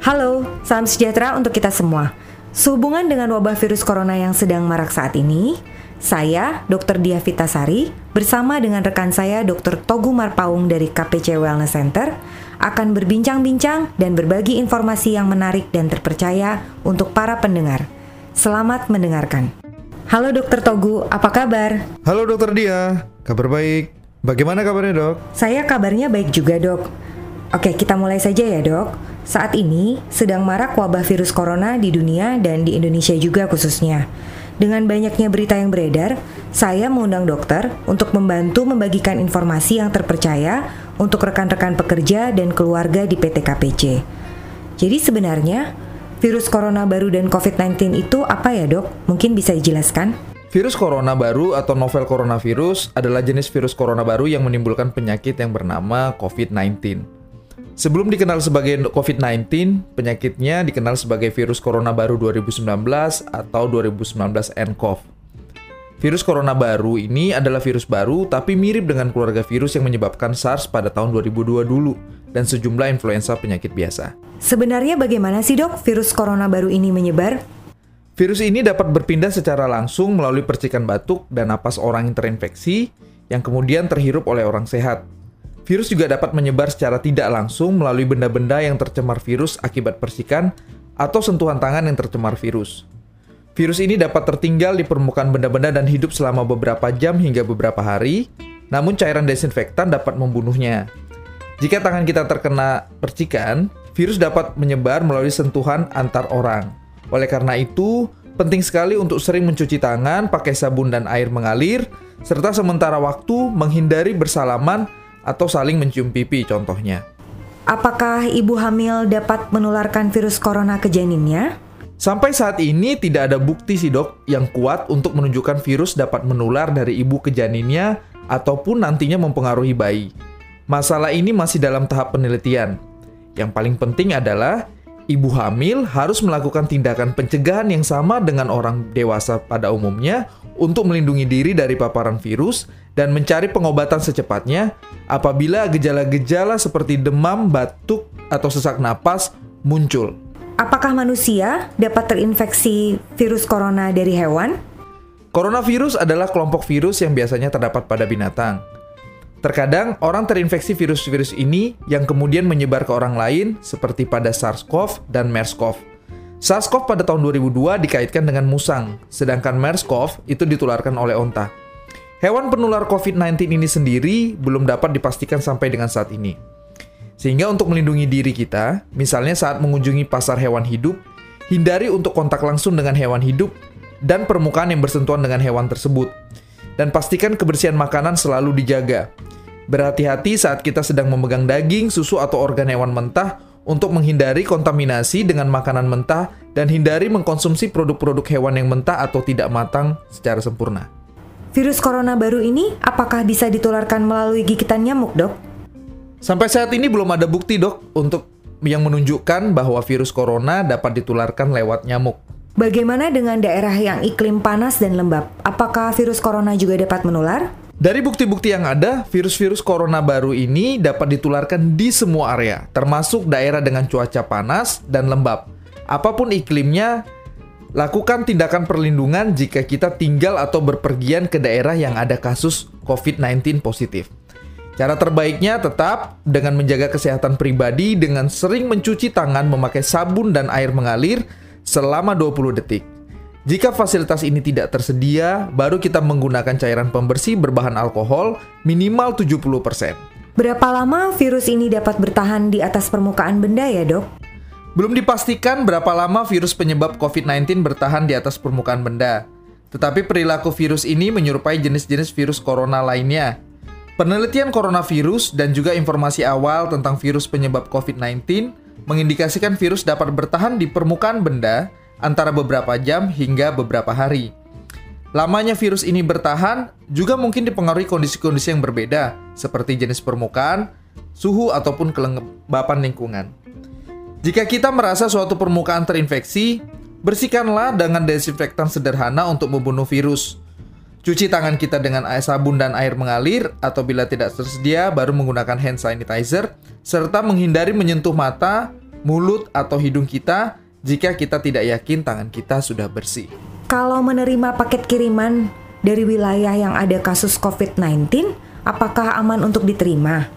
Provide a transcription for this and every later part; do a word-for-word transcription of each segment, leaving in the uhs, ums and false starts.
Halo, salam sejahtera untuk kita semua. Sehubungan dengan wabah virus corona yang sedang marak saat ini, saya, dokter Diah Vitasari, bersama dengan rekan saya, dokter Togu Marpaung dari K P C Wellness Center, akan berbincang-bincang dan berbagi informasi yang menarik dan terpercaya untuk para pendengar. Selamat mendengarkan. Halo dokter Togu, apa kabar? Halo dokter Diah, kabar baik. Bagaimana kabarnya dok? Saya kabarnya baik juga dok. Oke, kita mulai saja ya dok. Saat ini sedang marak wabah virus corona di dunia dan di Indonesia juga khususnya. Dengan banyaknya berita yang beredar, saya mengundang dokter untuk membantu membagikan informasi yang terpercaya untuk rekan-rekan pekerja dan keluarga di P T K P C. Jadi sebenarnya virus corona baru dan covid sembilan belas itu apa ya dok? Mungkin bisa dijelaskan? Virus corona baru atau novel coronavirus adalah jenis virus corona baru yang menimbulkan penyakit yang bernama covid sembilan belas. Sebelum dikenal sebagai covid sembilan belas, penyakitnya dikenal sebagai virus corona baru dua ribu sembilan belas atau dua ribu sembilan belas N C O V. Virus corona baru ini adalah virus baru tapi mirip dengan keluarga virus yang menyebabkan SARS pada tahun dua ribu dua dulu dan sejumlah influenza penyakit biasa. Sebenarnya bagaimana sih dok virus corona baru ini menyebar? Virus ini dapat berpindah secara langsung melalui percikan batuk dan napas orang yang terinfeksi yang kemudian terhirup oleh orang sehat. Virus juga dapat menyebar secara tidak langsung melalui benda-benda yang tercemar virus akibat percikan atau sentuhan tangan yang tercemar virus. Virus ini dapat tertinggal di permukaan benda-benda dan hidup selama beberapa jam hingga beberapa hari, namun cairan desinfektan dapat membunuhnya. Jika tangan kita terkena percikan, virus dapat menyebar melalui sentuhan antar orang. Oleh karena itu, penting sekali untuk sering mencuci tangan pakai sabun dan air mengalir, serta sementara waktu menghindari bersalaman atau saling mencium pipi contohnya. Apakah ibu hamil dapat menularkan virus corona ke janinnya? Sampai saat ini tidak ada bukti sih dok yang kuat untuk menunjukkan virus dapat menular dari ibu ke janinnya ataupun nantinya mempengaruhi bayi. Masalah ini masih dalam tahap penelitian. Yang paling penting adalah ibu hamil harus melakukan tindakan pencegahan yang sama dengan orang dewasa pada umumnya untuk melindungi diri dari paparan virus dan mencari pengobatan secepatnya apabila gejala-gejala seperti demam, batuk, atau sesak napas muncul. Apakah manusia dapat terinfeksi virus corona dari hewan? Coronavirus adalah kelompok virus yang biasanya terdapat pada binatang. Terkadang orang terinfeksi virus-virus ini yang kemudian menyebar ke orang lain seperti pada SARS-CoV dan MERS-CoV. SARS-CoV pada tahun dua ribu dua dikaitkan dengan musang, sedangkan MERS-CoV itu ditularkan oleh onta. Hewan penular covid sembilan belas ini sendiri belum dapat dipastikan sampai dengan saat ini. Sehingga untuk melindungi diri kita, misalnya saat mengunjungi pasar hewan hidup, hindari untuk kontak langsung dengan hewan hidup dan permukaan yang bersentuhan dengan hewan tersebut. Dan pastikan kebersihan makanan selalu dijaga. Berhati-hati saat kita sedang memegang daging, susu, atau organ hewan mentah untuk menghindari kontaminasi dengan makanan mentah dan hindari mengkonsumsi produk-produk hewan yang mentah atau tidak matang secara sempurna. Virus corona baru ini apakah bisa ditularkan melalui gigitan nyamuk, dok? Sampai saat ini belum ada bukti, dok, untuk yang menunjukkan bahwa virus corona dapat ditularkan lewat nyamuk. Bagaimana dengan daerah yang iklim panas dan lembab? Apakah virus corona juga dapat menular? Dari bukti-bukti yang ada, virus-virus corona baru ini dapat ditularkan di semua area, termasuk daerah dengan cuaca panas dan lembab. Apapun iklimnya, lakukan tindakan perlindungan jika kita tinggal atau berpergian ke daerah yang ada kasus covid sembilan belas positif. Cara terbaiknya tetap dengan menjaga kesehatan pribadi dengan sering mencuci tangan memakai sabun dan air mengalir selama dua puluh detik. Jika fasilitas ini tidak tersedia, baru kita menggunakan cairan pembersih berbahan alkohol minimal tujuh puluh persen. Berapa lama virus ini dapat bertahan di atas permukaan benda ya dok? Belum dipastikan berapa lama virus penyebab covid sembilan belas bertahan di atas permukaan benda. Tetapi perilaku virus ini menyerupai jenis-jenis virus corona lainnya. Penelitian coronavirus dan juga informasi awal tentang virus penyebab covid sembilan belas mengindikasikan virus dapat bertahan di permukaan benda antara beberapa jam hingga beberapa hari. Lamanya virus ini bertahan juga mungkin dipengaruhi kondisi-kondisi yang berbeda, seperti jenis permukaan, suhu, ataupun kelembapan lingkungan. Jika kita merasa suatu permukaan terinfeksi, bersihkanlah dengan desinfektan sederhana untuk membunuh virus. Cuci tangan kita dengan air sabun dan air mengalir, atau bila tidak tersedia baru menggunakan hand sanitizer, serta menghindari menyentuh mata, mulut, atau hidung kita jika kita tidak yakin tangan kita sudah bersih. Kalau menerima paket kiriman dari wilayah yang ada kasus covid sembilan belas, apakah aman untuk diterima?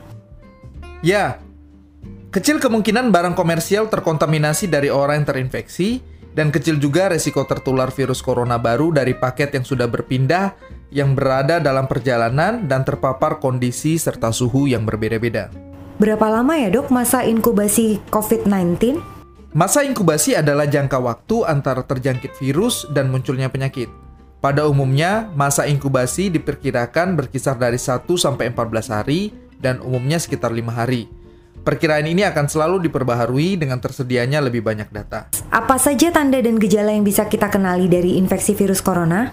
Ya, kecil kemungkinan barang komersial terkontaminasi dari orang yang terinfeksi, dan kecil juga resiko tertular virus corona baru dari paket yang sudah berpindah, yang berada dalam perjalanan dan terpapar kondisi serta suhu yang berbeda-beda. Berapa lama ya dok masa inkubasi covid sembilan belas? Masa inkubasi adalah jangka waktu antara terjangkit virus dan munculnya penyakit. Pada umumnya, masa inkubasi diperkirakan berkisar dari satu sampai empat belas hari dan umumnya sekitar lima hari. Perkiraan ini akan selalu diperbaharui dengan tersedianya lebih banyak data. Apa saja tanda dan gejala yang bisa kita kenali dari infeksi virus corona?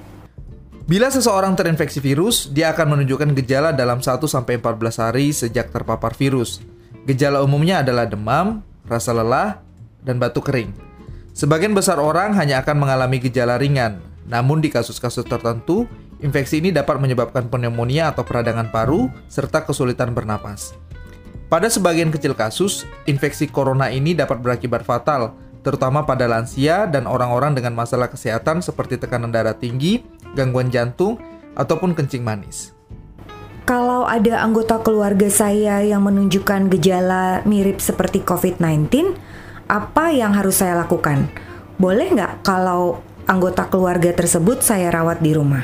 Bila seseorang terinfeksi virus, dia akan menunjukkan gejala dalam satu sampai empat belas hari sejak terpapar virus. Gejala umumnya adalah demam, rasa lelah, dan batuk kering. Sebagian besar orang hanya akan mengalami gejala ringan, namun di kasus-kasus tertentu, infeksi ini dapat menyebabkan pneumonia atau peradangan paru, serta kesulitan bernapas. Pada sebagian kecil kasus, infeksi corona ini dapat berakibat fatal, terutama pada lansia dan orang-orang dengan masalah kesehatan seperti tekanan darah tinggi, gangguan jantung, ataupun kencing manis. Kalau ada anggota keluarga saya yang menunjukkan gejala mirip seperti covid sembilan belas, apa yang harus saya lakukan? Boleh nggak kalau anggota keluarga tersebut saya rawat di rumah?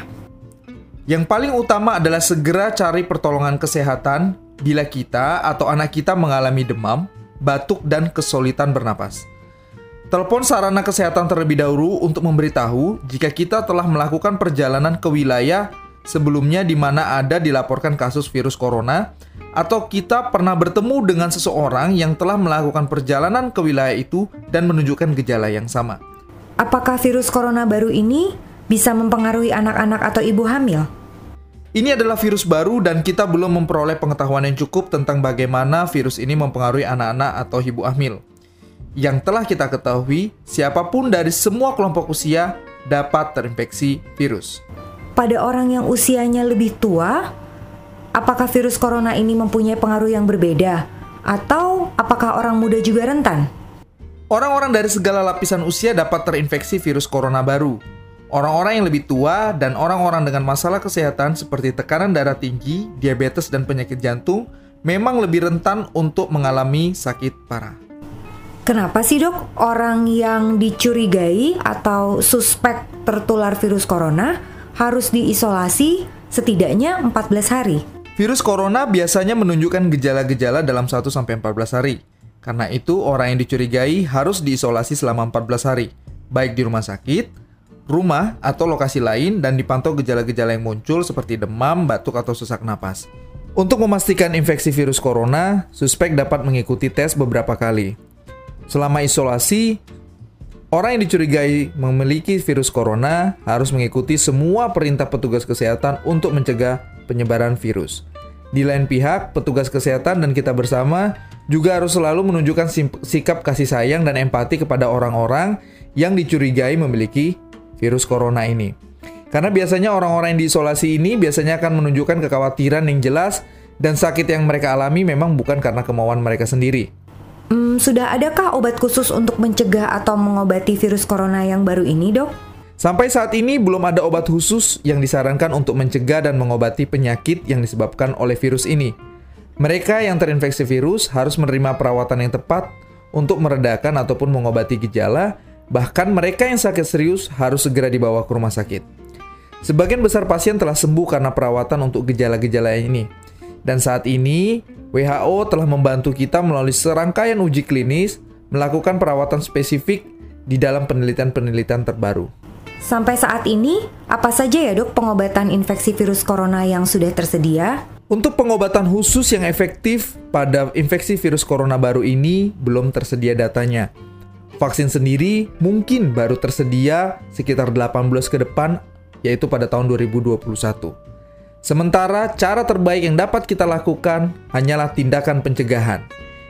Yang paling utama adalah segera cari pertolongan kesehatan bila kita atau anak kita mengalami demam, batuk, dan kesulitan bernapas. Telepon sarana kesehatan terlebih dahulu untuk memberitahu jika kita telah melakukan perjalanan ke wilayah sebelumnya di mana ada dilaporkan kasus virus corona, atau kita pernah bertemu dengan seseorang yang telah melakukan perjalanan ke wilayah itu dan menunjukkan gejala yang sama. Apakah virus corona baru ini bisa mempengaruhi anak-anak atau ibu hamil? Ini adalah virus baru dan kita belum memperoleh pengetahuan yang cukup tentang bagaimana virus ini mempengaruhi anak-anak atau ibu hamil. Yang telah kita ketahui, siapapun dari semua kelompok usia dapat terinfeksi virus. Pada orang yang usianya lebih tua, apakah virus corona ini mempunyai pengaruh yang berbeda? Atau apakah orang muda juga rentan? Orang-orang dari segala lapisan usia dapat terinfeksi virus corona baru. Orang-orang yang lebih tua dan orang-orang dengan masalah kesehatan seperti tekanan darah tinggi, diabetes, dan penyakit jantung memang lebih rentan untuk mengalami sakit parah. Kenapa sih dok orang yang dicurigai atau suspek tertular virus corona harus diisolasi setidaknya empat belas hari? Virus corona biasanya menunjukkan gejala-gejala dalam satu sampai empat belas hari. Karena itu orang yang dicurigai harus diisolasi selama empat belas hari, baik di rumah sakit, rumah, atau lokasi lain, dan dipantau gejala-gejala yang muncul seperti demam, batuk, atau sesak napas. Untuk memastikan infeksi virus corona, suspek dapat mengikuti tes beberapa kali. Selama isolasi, orang yang dicurigai memiliki virus corona harus mengikuti semua perintah petugas kesehatan untuk mencegah penyebaran virus. Di lain pihak, petugas kesehatan dan kita bersama juga harus selalu menunjukkan sikap kasih sayang dan empati kepada orang-orang yang dicurigai memiliki virus corona ini. Karena biasanya orang-orang yang diisolasi ini biasanya akan menunjukkan kekhawatiran yang jelas dan sakit yang mereka alami memang bukan karena kemauan mereka sendiri. Hmm, sudah adakah obat khusus untuk mencegah atau mengobati virus corona yang baru ini, dok? Sampai saat ini belum ada obat khusus yang disarankan untuk mencegah dan mengobati penyakit yang disebabkan oleh virus ini. Mereka yang terinfeksi virus harus menerima perawatan yang tepat untuk meredakan ataupun mengobati gejala. Bahkan mereka yang sakit serius harus segera dibawa ke rumah sakit. Sebagian besar pasien telah sembuh karena perawatan untuk gejala-gejala ini. Dan saat ini, W H O telah membantu kita melalui serangkaian uji klinis melakukan perawatan spesifik di dalam penelitian-penelitian terbaru. Sampai saat ini, apa saja ya dok pengobatan infeksi virus corona yang sudah tersedia? Untuk pengobatan khusus yang efektif pada infeksi virus corona baru ini belum tersedia datanya. Vaksin sendiri mungkin baru tersedia sekitar delapan bulan ke depan, yaitu pada tahun dua ribu dua puluh satu. Sementara cara terbaik yang dapat kita lakukan hanyalah tindakan pencegahan,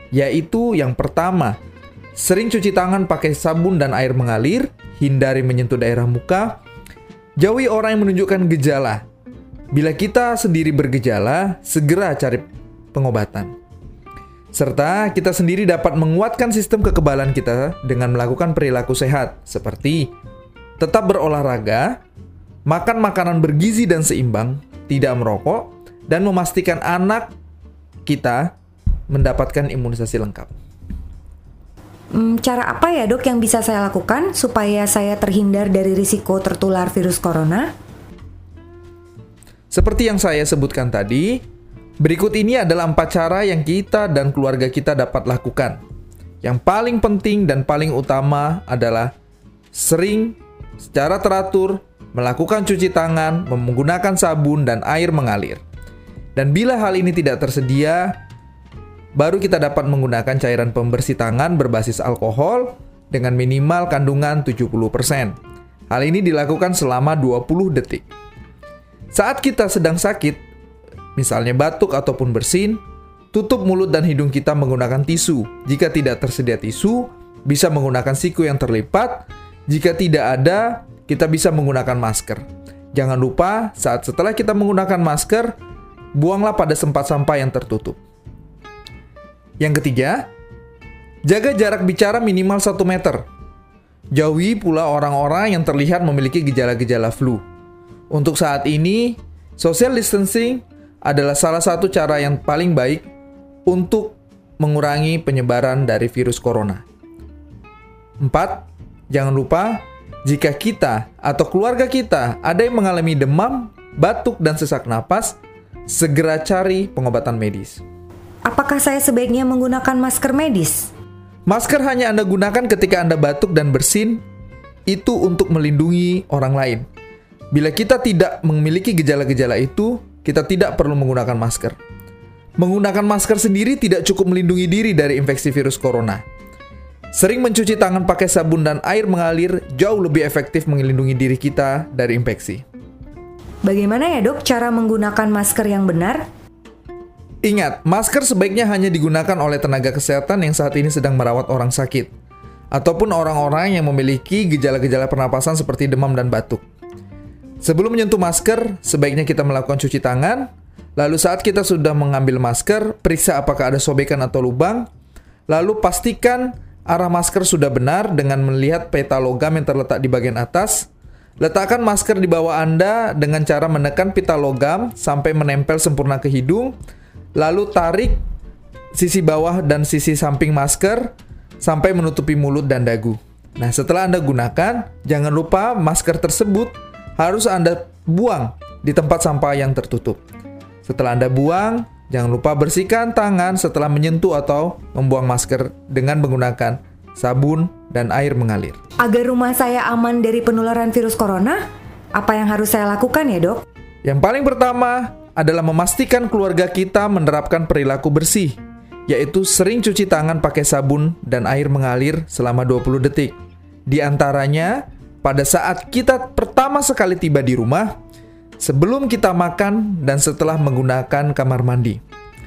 yaitu yang pertama, sering cuci tangan pakai sabun dan air mengalir, hindari menyentuh daerah muka, jauhi orang yang menunjukkan gejala. Bila kita sendiri bergejala, segera cari pengobatan. Serta kita sendiri dapat menguatkan sistem kekebalan kita dengan melakukan perilaku sehat, seperti tetap berolahraga, makan makanan bergizi dan seimbang, tidak merokok, dan memastikan anak kita mendapatkan imunisasi lengkap. Hmm, cara apa ya dok yang bisa saya lakukan supaya saya terhindar dari risiko tertular virus corona? Seperti yang saya sebutkan tadi, berikut ini adalah empat cara yang kita dan keluarga kita dapat lakukan. Yang paling penting dan paling utama adalah sering, secara teratur, melakukan cuci tangan, menggunakan sabun dan air mengalir. Dan bila hal ini tidak tersedia, baru kita dapat menggunakan cairan pembersih tangan berbasis alkohol dengan minimal kandungan tujuh puluh persen. Hal ini dilakukan selama dua puluh detik. Saat kita sedang sakit, misalnya batuk ataupun bersin, tutup mulut dan hidung kita menggunakan tisu. Jika tidak tersedia tisu, bisa menggunakan siku yang terlipat. Jika tidak ada, kita bisa menggunakan masker. Jangan lupa, saat setelah kita menggunakan masker, buanglah pada tempat sampah yang tertutup. Yang ketiga, jaga jarak bicara minimal satu meter. Jauhi pula orang-orang yang terlihat memiliki gejala-gejala flu. Untuk saat ini, social distancing adalah salah satu cara yang paling baik untuk mengurangi penyebaran dari virus corona. Empat, jangan lupa, jika kita atau keluarga kita ada yang mengalami demam, batuk, dan sesak napas, segera cari pengobatan medis. Apakah saya sebaiknya menggunakan masker medis? Masker hanya Anda gunakan ketika Anda batuk dan bersin, itu untuk melindungi orang lain. Bila kita tidak memiliki gejala-gejala itu, kita tidak perlu menggunakan masker. Menggunakan masker sendiri tidak cukup melindungi diri dari infeksi virus corona. Sering mencuci tangan pakai sabun dan air mengalir jauh lebih efektif melindungi diri kita dari infeksi. Bagaimana ya dok cara menggunakan masker yang benar? Ingat, masker sebaiknya hanya digunakan oleh tenaga kesehatan yang saat ini sedang merawat orang sakit, ataupun orang-orang yang memiliki gejala-gejala pernapasan seperti demam dan batuk. Sebelum menyentuh masker, sebaiknya kita melakukan cuci tangan, lalu saat kita sudah mengambil masker, periksa apakah ada sobekan atau lubang, lalu pastikan arah masker sudah benar dengan melihat peta logam yang terletak di bagian atas. Letakkan masker di bawah Anda dengan cara menekan pita logam sampai menempel sempurna ke hidung, lalu tarik sisi bawah dan sisi samping masker sampai menutupi mulut dan dagu. Nah, setelah Anda gunakan, jangan lupa masker tersebut harus Anda buang di tempat sampah yang tertutup. Setelah Anda buang, jangan lupa bersihkan tangan setelah menyentuh atau membuang masker dengan menggunakan sabun dan air mengalir. Agar rumah saya aman dari penularan virus corona, apa yang harus saya lakukan ya dok? Yang paling pertama adalah memastikan keluarga kita menerapkan perilaku bersih, yaitu sering cuci tangan pakai sabun dan air mengalir selama dua puluh detik. Di antaranya, pada saat kita pertama sekali tiba di rumah, sebelum kita makan dan setelah menggunakan kamar mandi.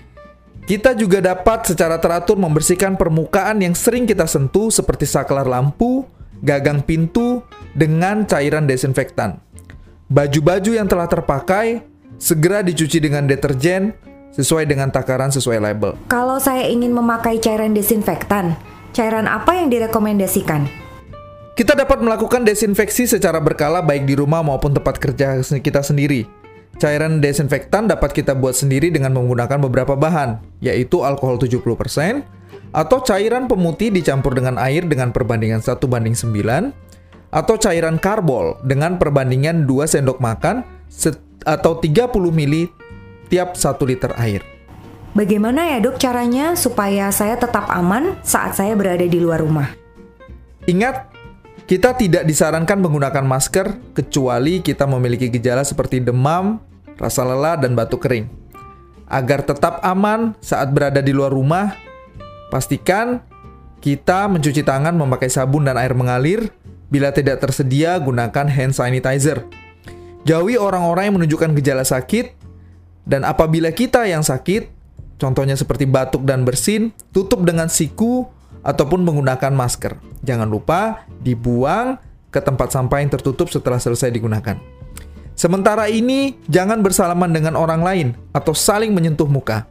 Kita juga dapat secara teratur membersihkan permukaan yang sering kita sentuh seperti saklar lampu, gagang pintu dengan cairan desinfektan. Baju-baju yang telah terpakai segera dicuci dengan deterjen sesuai dengan takaran sesuai label. Kalau saya ingin memakai cairan desinfektan, cairan apa yang direkomendasikan? Kita dapat melakukan desinfeksi secara berkala baik di rumah maupun tempat kerja kita sendiri. Cairan desinfektan dapat kita buat sendiri dengan menggunakan beberapa bahan, yaitu alkohol tujuh puluh persen, atau cairan pemutih dicampur dengan air dengan perbandingan satu banding sembilan, atau cairan karbol dengan perbandingan dua sendok makan atau tiga puluh mililiter tiap satu liter air. Bagaimana ya dok caranya supaya saya tetap aman saat saya berada di luar rumah? Ingat, kita tidak disarankan menggunakan masker kecuali kita memiliki gejala seperti demam, rasa lelah, dan batuk kering. Agar tetap aman saat berada di luar rumah, pastikan kita mencuci tangan memakai sabun dan air mengalir. Bila tidak tersedia, gunakan hand sanitizer. Jauhi orang-orang yang menunjukkan gejala sakit, dan apabila kita yang sakit, contohnya seperti batuk dan bersin, tutup dengan siku ataupun menggunakan masker. Jangan lupa dibuang ke tempat sampah yang tertutup setelah selesai digunakan. Sementara ini, jangan bersalaman dengan orang lain atau saling menyentuh muka.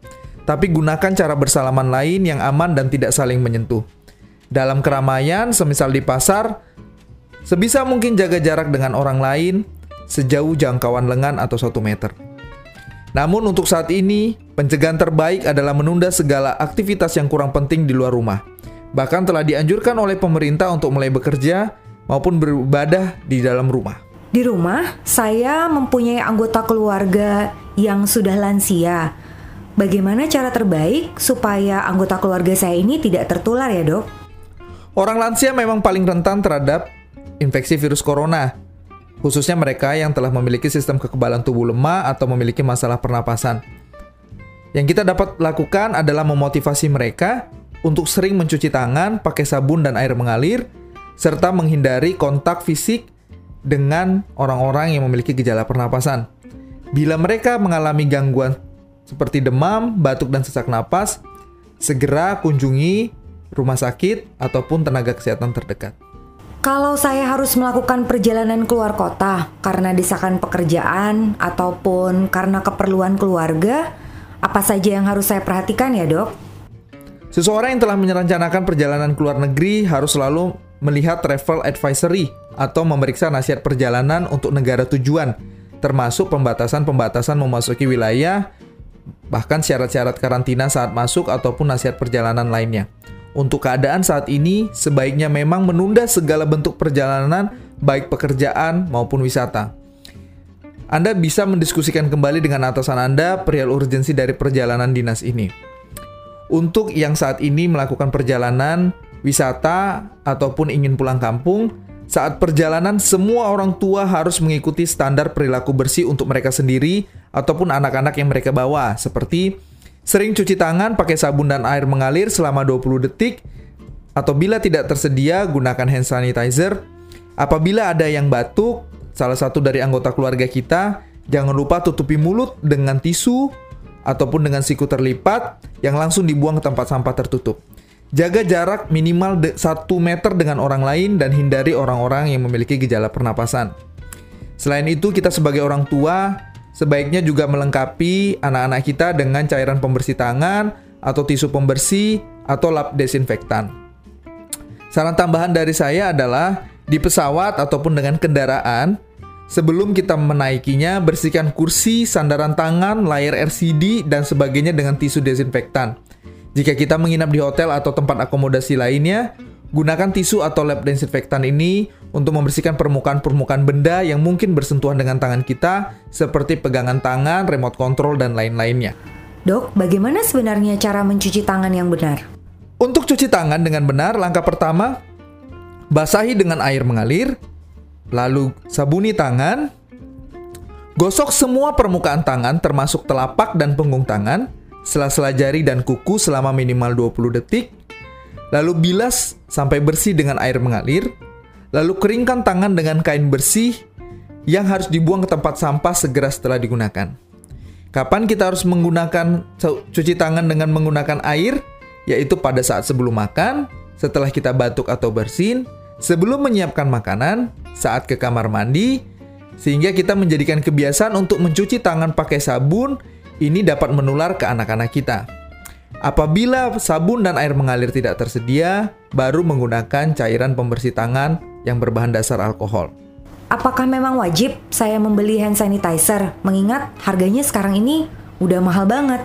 tapi gunakan cara bersalaman lain yang aman dan tidak saling menyentuh. Dalam keramaian, semisal di pasar, sebisa mungkin jaga jarak dengan orang lain sejauh jangkauan lengan atau satu meter. Namun untuk saat ini, pencegahan terbaik adalah menunda segala aktivitas yang kurang penting di luar rumah. Bahkan telah dianjurkan oleh pemerintah untuk mulai bekerja maupun beribadah di dalam rumah. Di rumah, saya mempunyai anggota keluarga yang sudah lansia. Bagaimana cara terbaik supaya anggota keluarga saya ini tidak tertular ya, Dok? Orang lansia memang paling rentan terhadap infeksi virus corona, khususnya mereka yang telah memiliki sistem kekebalan tubuh lemah atau memiliki masalah pernapasan. Yang kita dapat lakukan adalah memotivasi mereka untuk sering mencuci tangan pakai sabun dan air mengalir, serta menghindari kontak fisik dengan orang-orang yang memiliki gejala pernapasan. Bila mereka mengalami gangguan seperti demam, batuk, dan sesak napas, segera kunjungi rumah sakit ataupun tenaga kesehatan terdekat. Kalau saya harus melakukan perjalanan keluar kota karena desakan pekerjaan ataupun karena keperluan keluarga, apa saja yang harus saya perhatikan ya, Dok? Seseorang yang telah merencanakan perjalanan ke luar negeri harus selalu melihat travel advisory atau memeriksa nasihat perjalanan untuk negara tujuan, termasuk pembatasan-pembatasan memasuki wilayah, bahkan syarat-syarat karantina saat masuk ataupun nasihat perjalanan lainnya. Untuk keadaan saat ini, sebaiknya memang menunda segala bentuk perjalanan, baik pekerjaan maupun wisata. Anda bisa mendiskusikan kembali dengan atasan Anda perihal urgensi dari perjalanan dinas ini. Untuk yang saat ini melakukan perjalanan, wisata, ataupun ingin pulang kampung, saat perjalanan semua orang tua harus mengikuti standar perilaku bersih untuk mereka sendiri ataupun anak-anak yang mereka bawa, seperti sering cuci tangan pakai sabun dan air mengalir selama dua puluh detik, atau bila tidak tersedia, gunakan hand sanitizer. Apabila ada yang batuk, salah satu dari anggota keluarga kita, jangan lupa tutupi mulut dengan tisu ataupun dengan siku terlipat yang langsung dibuang ke tempat sampah tertutup. Jaga jarak minimal satu meter dengan orang lain dan hindari orang-orang yang memiliki gejala pernapasan. Selain itu, kita sebagai orang tua sebaiknya juga melengkapi anak-anak kita dengan cairan pembersih tangan atau tisu pembersih atau lap desinfektan. Saran tambahan dari saya adalah di pesawat ataupun dengan kendaraan, sebelum kita menaikinya, bersihkan kursi, sandaran tangan, layar L C D, dan sebagainya dengan tisu desinfektan. Jika kita menginap di hotel atau tempat akomodasi lainnya, gunakan tisu atau lap desinfektan ini untuk membersihkan permukaan-permukaan benda yang mungkin bersentuhan dengan tangan kita, seperti pegangan tangan, remote control, dan lain-lainnya. Dok, bagaimana sebenarnya cara mencuci tangan yang benar? Untuk cuci tangan dengan benar, langkah pertama, basahi dengan air mengalir, lalu sabuni tangan, gosok semua permukaan tangan termasuk telapak dan punggung tangan, sela-sela jari dan kuku selama minimal dua puluh detik, lalu bilas sampai bersih dengan air mengalir, lalu keringkan tangan dengan kain bersih yang harus dibuang ke tempat sampah segera setelah digunakan. Kapan kita harus menggunakan cuci tangan dengan menggunakan air? Yaitu pada saat sebelum makan, setelah kita batuk atau bersin, sebelum menyiapkan makanan, saat ke kamar mandi, sehingga kita menjadikan kebiasaan untuk mencuci tangan pakai sabun. Ini dapat menular ke anak-anak kita. Apabila sabun dan air mengalir tidak tersedia, baru menggunakan cairan pembersih tangan yang berbahan dasar alkohol. Apakah memang wajib saya membeli hand sanitizer, mengingat harganya sekarang ini udah mahal banget?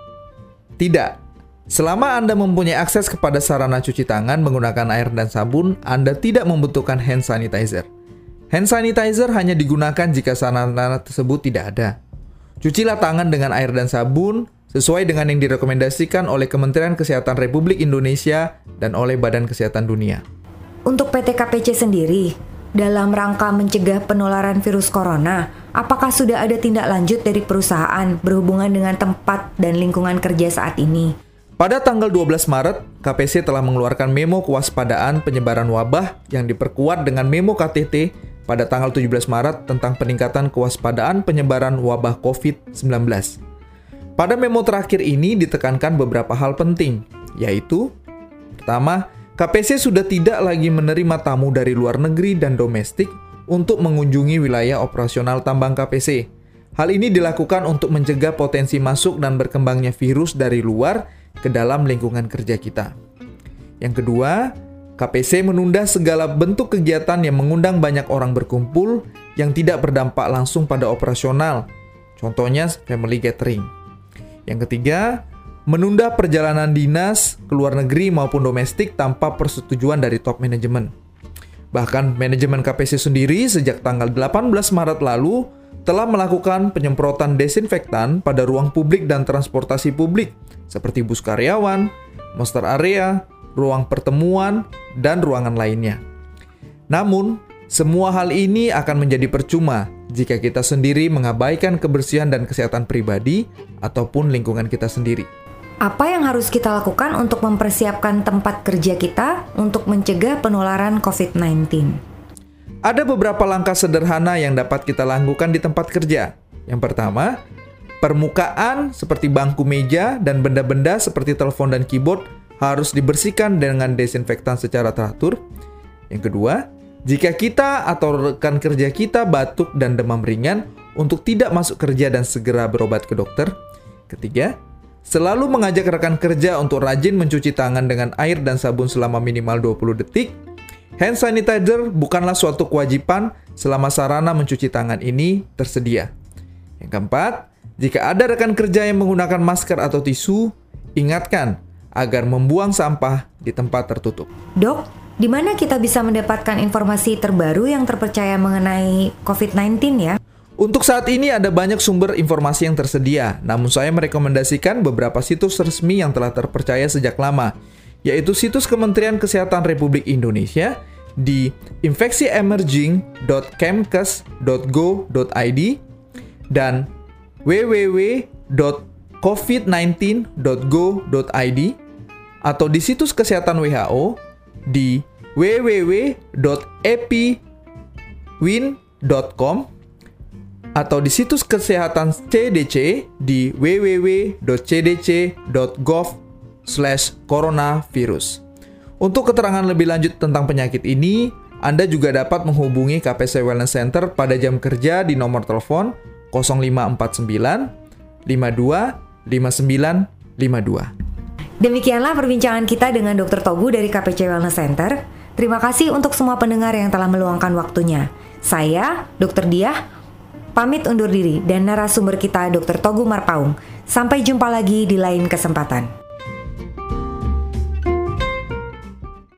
Tidak. Selama Anda mempunyai akses kepada sarana cuci tangan menggunakan air dan sabun, Anda tidak membutuhkan hand sanitizer. Hand sanitizer hanya digunakan jika sarana tersebut tidak ada. Cucilah tangan dengan air dan sabun sesuai dengan yang direkomendasikan oleh Kementerian Kesehatan Republik Indonesia dan oleh Badan Kesehatan Dunia. Untuk P T K P C sendiri, dalam rangka mencegah penularan virus corona, apakah sudah ada tindak lanjut dari perusahaan berhubungan dengan tempat dan lingkungan kerja saat ini? Pada tanggal dua belas Maret, K P C telah mengeluarkan memo kewaspadaan penyebaran wabah yang diperkuat dengan memo K T T pada tanggal tujuh belas Maret tentang peningkatan kewaspadaan penyebaran wabah covid sembilan belas. Pada memo terakhir ini ditekankan beberapa hal penting, yaitu pertama, K P C sudah tidak lagi menerima tamu dari luar negeri dan domestik untuk mengunjungi wilayah operasional tambang K P C. Hal ini dilakukan untuk mencegah potensi masuk dan berkembangnya virus dari luar ke dalam lingkungan kerja kita. Yang kedua, K P C menunda segala bentuk kegiatan yang mengundang banyak orang berkumpul yang tidak berdampak langsung pada operasional, contohnya family gathering. Yang ketiga, menunda perjalanan dinas ke luar negeri maupun domestik tanpa persetujuan dari top manajemen. Bahkan manajemen K P C sendiri sejak tanggal delapan belas Maret lalu telah melakukan penyemprotan desinfektan pada ruang publik dan transportasi publik seperti bus karyawan, monster area, ruang pertemuan, dan ruangan lainnya. Namun, semua hal ini akan menjadi percuma jika kita sendiri mengabaikan kebersihan dan kesehatan pribadi ataupun lingkungan kita sendiri. Apa yang harus kita lakukan untuk mempersiapkan tempat kerja kita untuk mencegah penularan covid sembilan belas? Ada beberapa langkah sederhana yang dapat kita lakukan di tempat kerja. Yang pertama, permukaan seperti bangku meja dan benda-benda seperti telepon dan keyboard harus dibersihkan dengan desinfektan secara teratur. Yang kedua, jika kita atau rekan kerja kita batuk dan demam ringan, untuk tidak masuk kerja dan segera berobat ke dokter. Ketiga, selalu mengajak rekan kerja untuk rajin mencuci tangan dengan air dan sabun selama minimal dua puluh detik. Hand sanitizer bukanlah suatu kewajiban selama sarana mencuci tangan ini tersedia. Yang keempat, jika ada rekan kerja yang menggunakan masker atau tisu, ingatkan agar membuang sampah di tempat tertutup. Dok, di mana kita bisa mendapatkan informasi terbaru yang terpercaya mengenai covid sembilan belas ya? Untuk saat ini ada banyak sumber informasi yang tersedia, namun saya merekomendasikan beberapa situs resmi yang telah terpercaya sejak lama, yaitu situs Kementerian Kesehatan Republik Indonesia di infeksi emerging dot kemkes dot go dot i d dan w w w dot covid sembilan belas dot go dot i d atau di situs kesehatan W H O di w w w dot epidwin dot com atau di situs kesehatan C D C di w w w dot c d c dot gov slash coronavirus. Untuk keterangan lebih lanjut tentang penyakit ini, Anda juga dapat menghubungi K P C Wellness Center pada jam kerja di nomor telepon nol lima empat sembilan lima dua lima sembilan lima dua. Demikianlah perbincangan kita dengan dokter Togu dari K P C Wellness Center. Terima kasih untuk semua pendengar yang telah meluangkan waktunya. Saya, dokter Diah, pamit undur diri dan narasumber kita dokter Togu Marpaung. Sampai jumpa lagi di lain kesempatan.